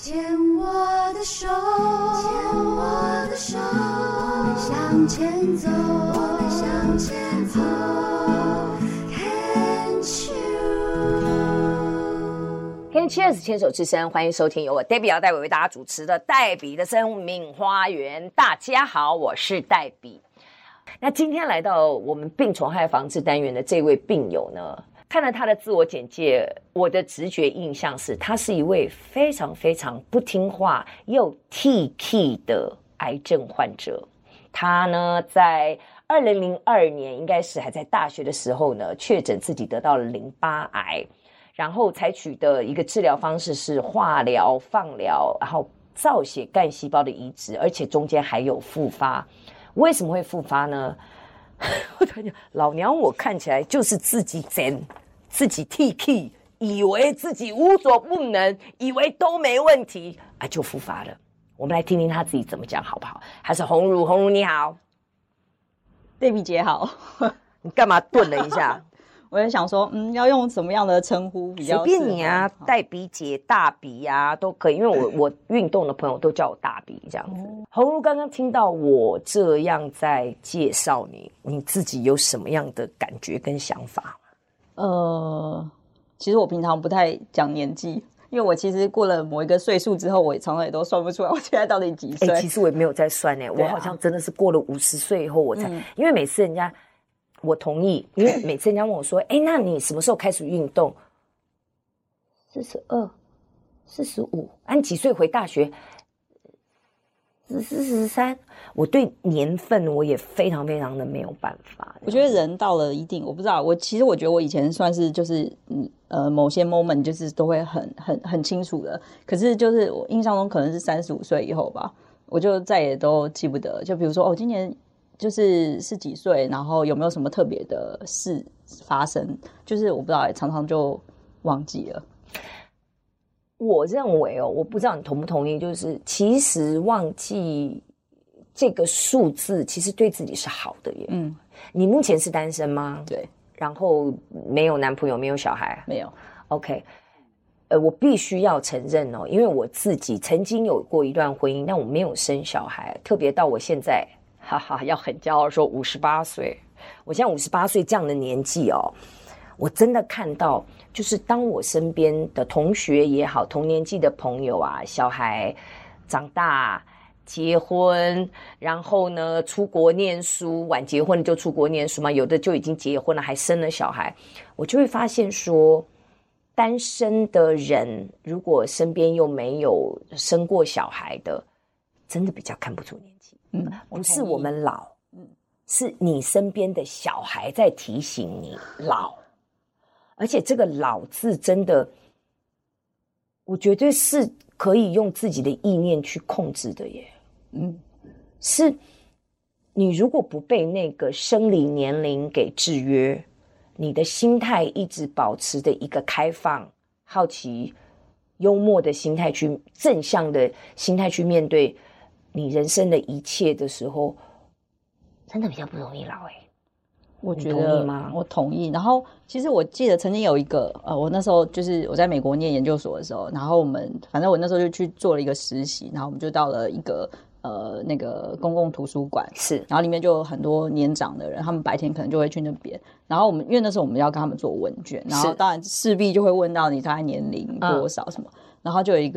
牵我的手，牵我的手，我们向前走，我们向前走。 Can Cheers 牵手之声，欢迎收听由我 Debbie 姚代为大家主持的黛比的生命花园。大家好，我是黛比。那今天来到我们病虫害防治单元的这位病友呢，看了他的自我简介，我的直觉印象是他是一位非常非常不听话又 T-K 的癌症患者。他呢在2002年应该是还在大学的时候呢，确诊自己得到了淋巴癌，然后采取的一个治疗方式是化疗、放疗，然后造血干细胞的移植，而且中间还有复发。为什么会复发呢？我突然讲，老娘我看起来就是自己zen，自己 T-K， 以为自己无所不能，以为都没问题啊，就复发了。我们来听听他自己怎么讲好不好？还是红茹，红茹你好。 黛比姐好。 你干嘛顿了一下？ 我在想说，要用什么样的称呼比较随便你啊，黛比姐、大比啊都可以，因为我运动的朋友都叫我大比这样子。红茹刚刚听到我这样在介绍你，你自己有什么样的感觉跟想法？ 其实我平常不太讲年纪，因为我其实过了某一个岁数之后，我常常也都算不出来我现在到底几岁。 其实我也没有在算我好像真的是过了50岁以后我才，因为每次人家。我同意，因为每次人家问我说那你什么时候开始运动？42、45，你几岁回大学？43，我对年份我也非常非常的没有办法。 我觉得人到了一定，我不知道，其实我觉得我以前算是就是某些 moment 就是都会很清楚的，可是就是我印象中可能是35岁以后吧，我就再也都记不得。就比如说今年是几岁，然后有没有什么特别的事发生，就是我不知道常常就忘记了。 我认为我不知道你同不同意，就是其实忘记这个数字其实对自己是好的耶。你目前是单身吗？ 对。 然后没有男朋友，没有小孩？ 没有。 OK， 我必须要承认因为我自己曾经有过一段婚姻，但我没有生小孩，特别到我现在哈哈，要很骄傲说58岁，我现在58岁这样的年纪我真的看到，就是当我身边的同学也好，同年纪的朋友啊，小孩长大结婚，然后呢出国念书，晚结婚就出国念书嘛，有的就已经结婚了，还生了小孩，我就会发现说，单身的人如果身边又没有生过小孩的，真的比较看不出年纪。不是我们老，是你身边的小孩在提醒你老，而且这个老字真的，我绝对是可以用自己的意念去控制的耶。是你如果不被那个生理年龄给制约，你的心态一直保持的一个开放、好奇、幽默的心态去正向的心态去面对你人生的一切的时候，真的比较不容易老我觉得你同意吗？ 我同意。然后其实我记得曾经有一个我那时候就是我在美国念研究所的时候，然后反正我那时候就去做了一个实习，然后我们就到了一个那个公共图书馆， 是， 然后里面就有很多年长的人，他们白天可能就会去那边，然后因为那时候我们要跟他们做问卷，然后当然势必就会问到你大概年龄多少什么，然后就有一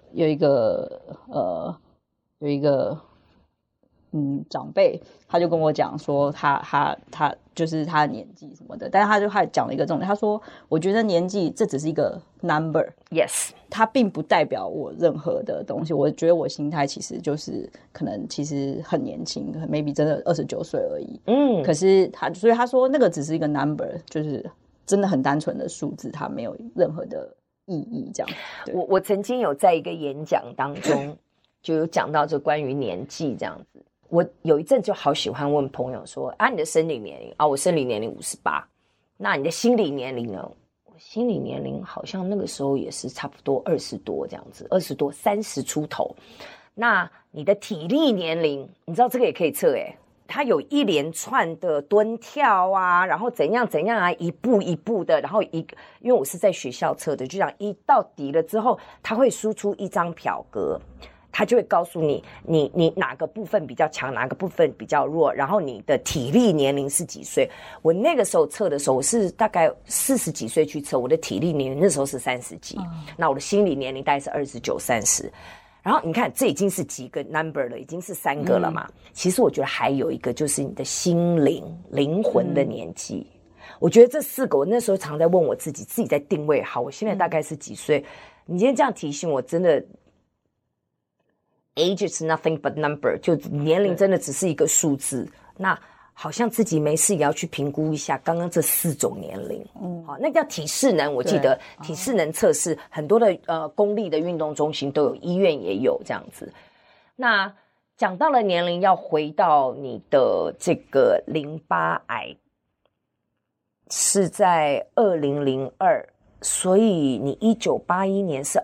个长辈，他就跟我讲说他就是他的年纪什么的，但是他就还讲了一个重点，他说我觉得年纪这只是一个 number， yes， 它并不代表我任何的东西。我觉得我心态其实就是可能其实很年轻，maybe 真的29岁而已。可是所以他说那个只是一个 number， 就是真的很单纯的数字，它没有任何的意义。这样， 我曾经有在一个演讲当中就有讲到这关于年纪这样子。我有一阵就好喜欢问朋友说你的生理年龄我生理年龄58，那你的心理年龄呢？我心理年龄好像那个时候也是差不多20多这样子，20多30出头。那你的体力年龄，你知道这个也可以测它有一连串的蹲跳啊，然后怎样怎样啊，一步一步的，然后因为我是在学校测的，就这样一到底了之后，它会输出一张表格。他就会告诉你，你哪个部分比较强，哪个部分比较弱，然后你的体力年龄是几岁？我那个时候测的时候，我是大概40几岁去测，我的体力年龄那时候是30几，那我的心理年龄大概是29、30。然后你看，这已经是几个 number 了，已经是3个了嘛。其实我觉得还有一个就是你的心灵魂的年纪。我觉得这4个，我那时候常在问我自己在定位好，我现在大概是几岁？你今天这样提醒我，真的。Age is nothing but number， 就年龄真的只是一个数字。那好像自己没事也要去评估一下刚刚这4种年龄。好，那叫体适能，我记得体适能测试很多的公立的运动中心都有，医院也有这样子。那讲到了年龄，要回到你的这个淋巴癌是在2002，所以你1981年是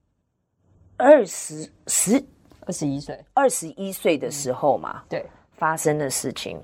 21岁的时候嘛， 对， 发生的事情。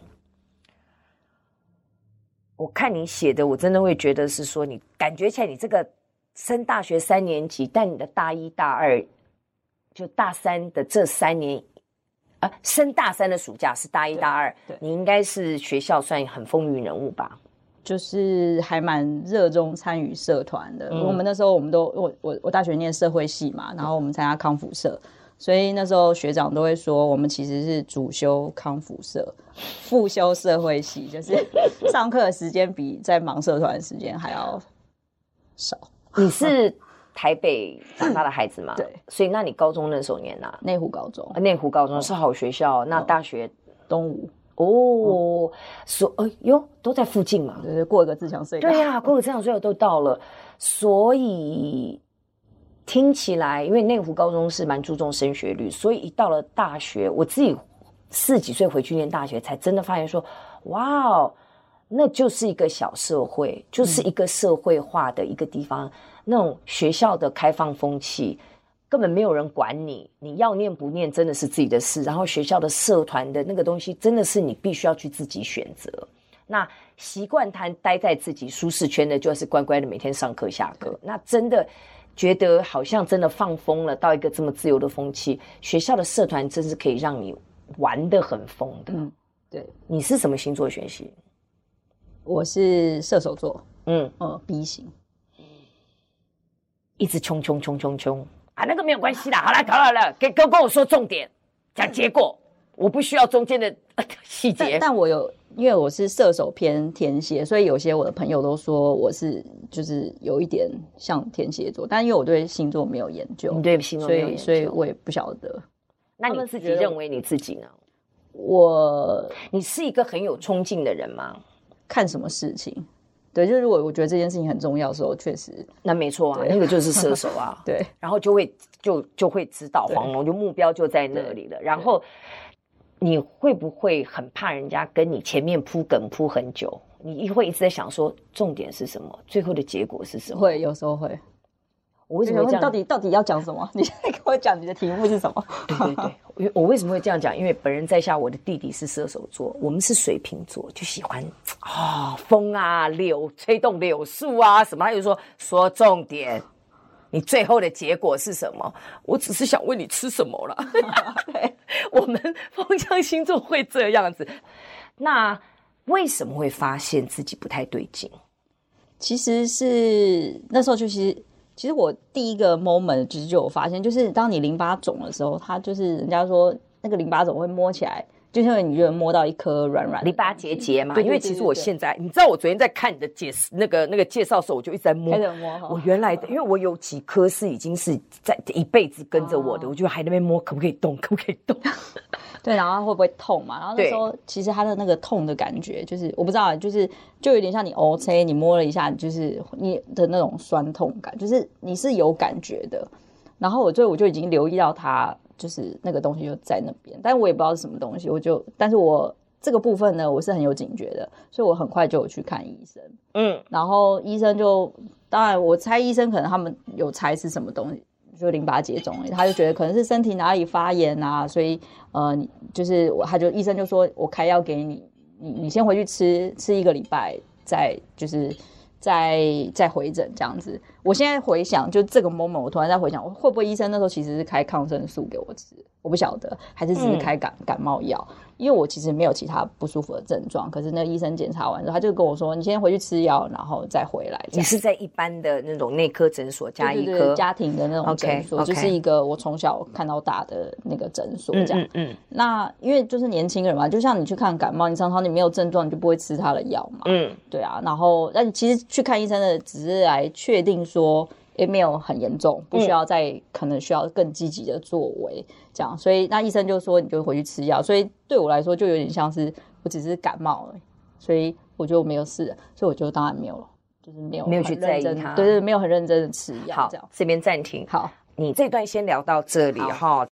我看你写的，我真的会觉得是说，你感觉起来你这个升大学3年级，但你的大1、大2，就大3的这3年，升大3的暑假是大1、大2，你应该是学校算很风云人物吧？ 就是还蛮热衷参与社团的。我们那时候我大学念社会系嘛，然后我们参加康复社，所以那时候学长都会说我们其实是主修康复社，副修社会系，就是上课的时间比在忙社团的时间还要少。 你是台北长大的孩子吗？ 对， 所以那你高中那时候念哪？ 内湖高中。 内湖高中是好学校，那大学东吴。 哦，都在附近嘛， 对，过一个自强隧道。 对呀，过个自强隧道都到了，所以听起来，因为内湖高中是蛮注重升学率，所以一到了大学，我自己40几岁回去念大学，才真的发现说，哇哦，那就是一个小社会，就是一个社会化的一个地方，那种学校的开放风气。根本没有人管你，你要念不念真的是自己的事。然后学校的社团的那个东西，真的是你必须要去自己选择。那习惯待在自己舒适圈的，就是乖乖的每天上课下课。那真的觉得好像真的放风了，到一个这么自由的风气，学校的社团真是可以让你玩得很疯的。 对。 你是什么星座学习？ 我是射手座。B 型。 一直冲。那个没有关系啦，好了，跟我说重点，讲结果，我不需要中间的细节。 但我因为我是射手偏天蝎，所以有些我的朋友都说我是就是有一点像天蝎座，但因为我对星座没有研究， 你对星座没有研究， 所以我也不晓得。 那你自己认为你自己呢？ 你是一个很有冲劲的人吗？ 看什么事情？对，就是如果我觉得这件事情很重要的时候，确实那没错啊，那个就是射手啊。 对， 然后就会直捣黄龙，就目标就在那里了。然后你会不会很怕人家跟你前面铺梗铺很久？你会一直在想说重点是什么，最后的结果是什么？ 会，有时候会。 我为什么会这样？ 到底要讲什么？你现在跟我讲你的题目是什么？ 对，我为什么会这样讲？因为本人在下，我的弟弟是射手座，我们是水瓶座，就喜欢风啊、柳吹动柳树啊什么。他就说重点，你最后的结果是什么？我只是想问你吃什么了。对，我们风象星座会这样子。那为什么会发现自己不太对劲？ 其实是那时候其实我第一个 moment 其实就有发现，就是当你淋巴肿的时候，它就是人家说那个淋巴肿会摸起来，就像你觉得摸到一颗软软的淋巴结嘛。 对， 因为其实我现在，你知道我昨天在看你的那个介绍的时候，我就一直在摸。我原来因为我有几颗是已经是在一辈子跟着我的，我就还在那边摸，可不可以动？ 对，然后会不会痛嘛？然后那时候其实它的那个痛的感觉，就是我不知道，就有点像你 OK， 你摸了一下，就是你的那种酸痛感，就是你是有感觉的。然后我就已经留意到它，就是那个东西就在那边，但我也不知道是什么东西。但是我这个部分呢，我是很有警觉的，所以我很快就有去看医生。然后医生当然我猜医生可能他们有猜是什么东西。 就淋巴结肿了，他就觉得可能是身体哪里发炎啊，所以就是医生就说我开药给你，你先回去吃1个礼拜，再回诊这样子。我现在回想，就这个 moment， 我突然在回想，会不会医生那时候其实是开抗生素给我吃，我不晓得，还是只是开感冒药。因为我其实没有其他不舒服的症状，可是那个医生检查完之后，他就跟我说：“你先回去吃药，然后再回来。” 你是在一般的那种内科诊所加医科， 对家庭的那种诊所，就是一个我从小看到大的那个诊所这样。那因为就是年轻人嘛，就像你去看感冒，你常常你没有症状，你就不会吃他的药嘛。对啊。然后，但其实去看医生的只是来确定说。也没有很严重，不需要可能需要更积极的作为这样，所以那医生就说你就回去吃药，所以对我来说就有点像是我只是感冒了，所以我就没有事了，所以我就当然没有了，就是没有去在意它， 对，没有很认真的吃药。 好，这边暂停。 好， 你这段先聊到这里哈，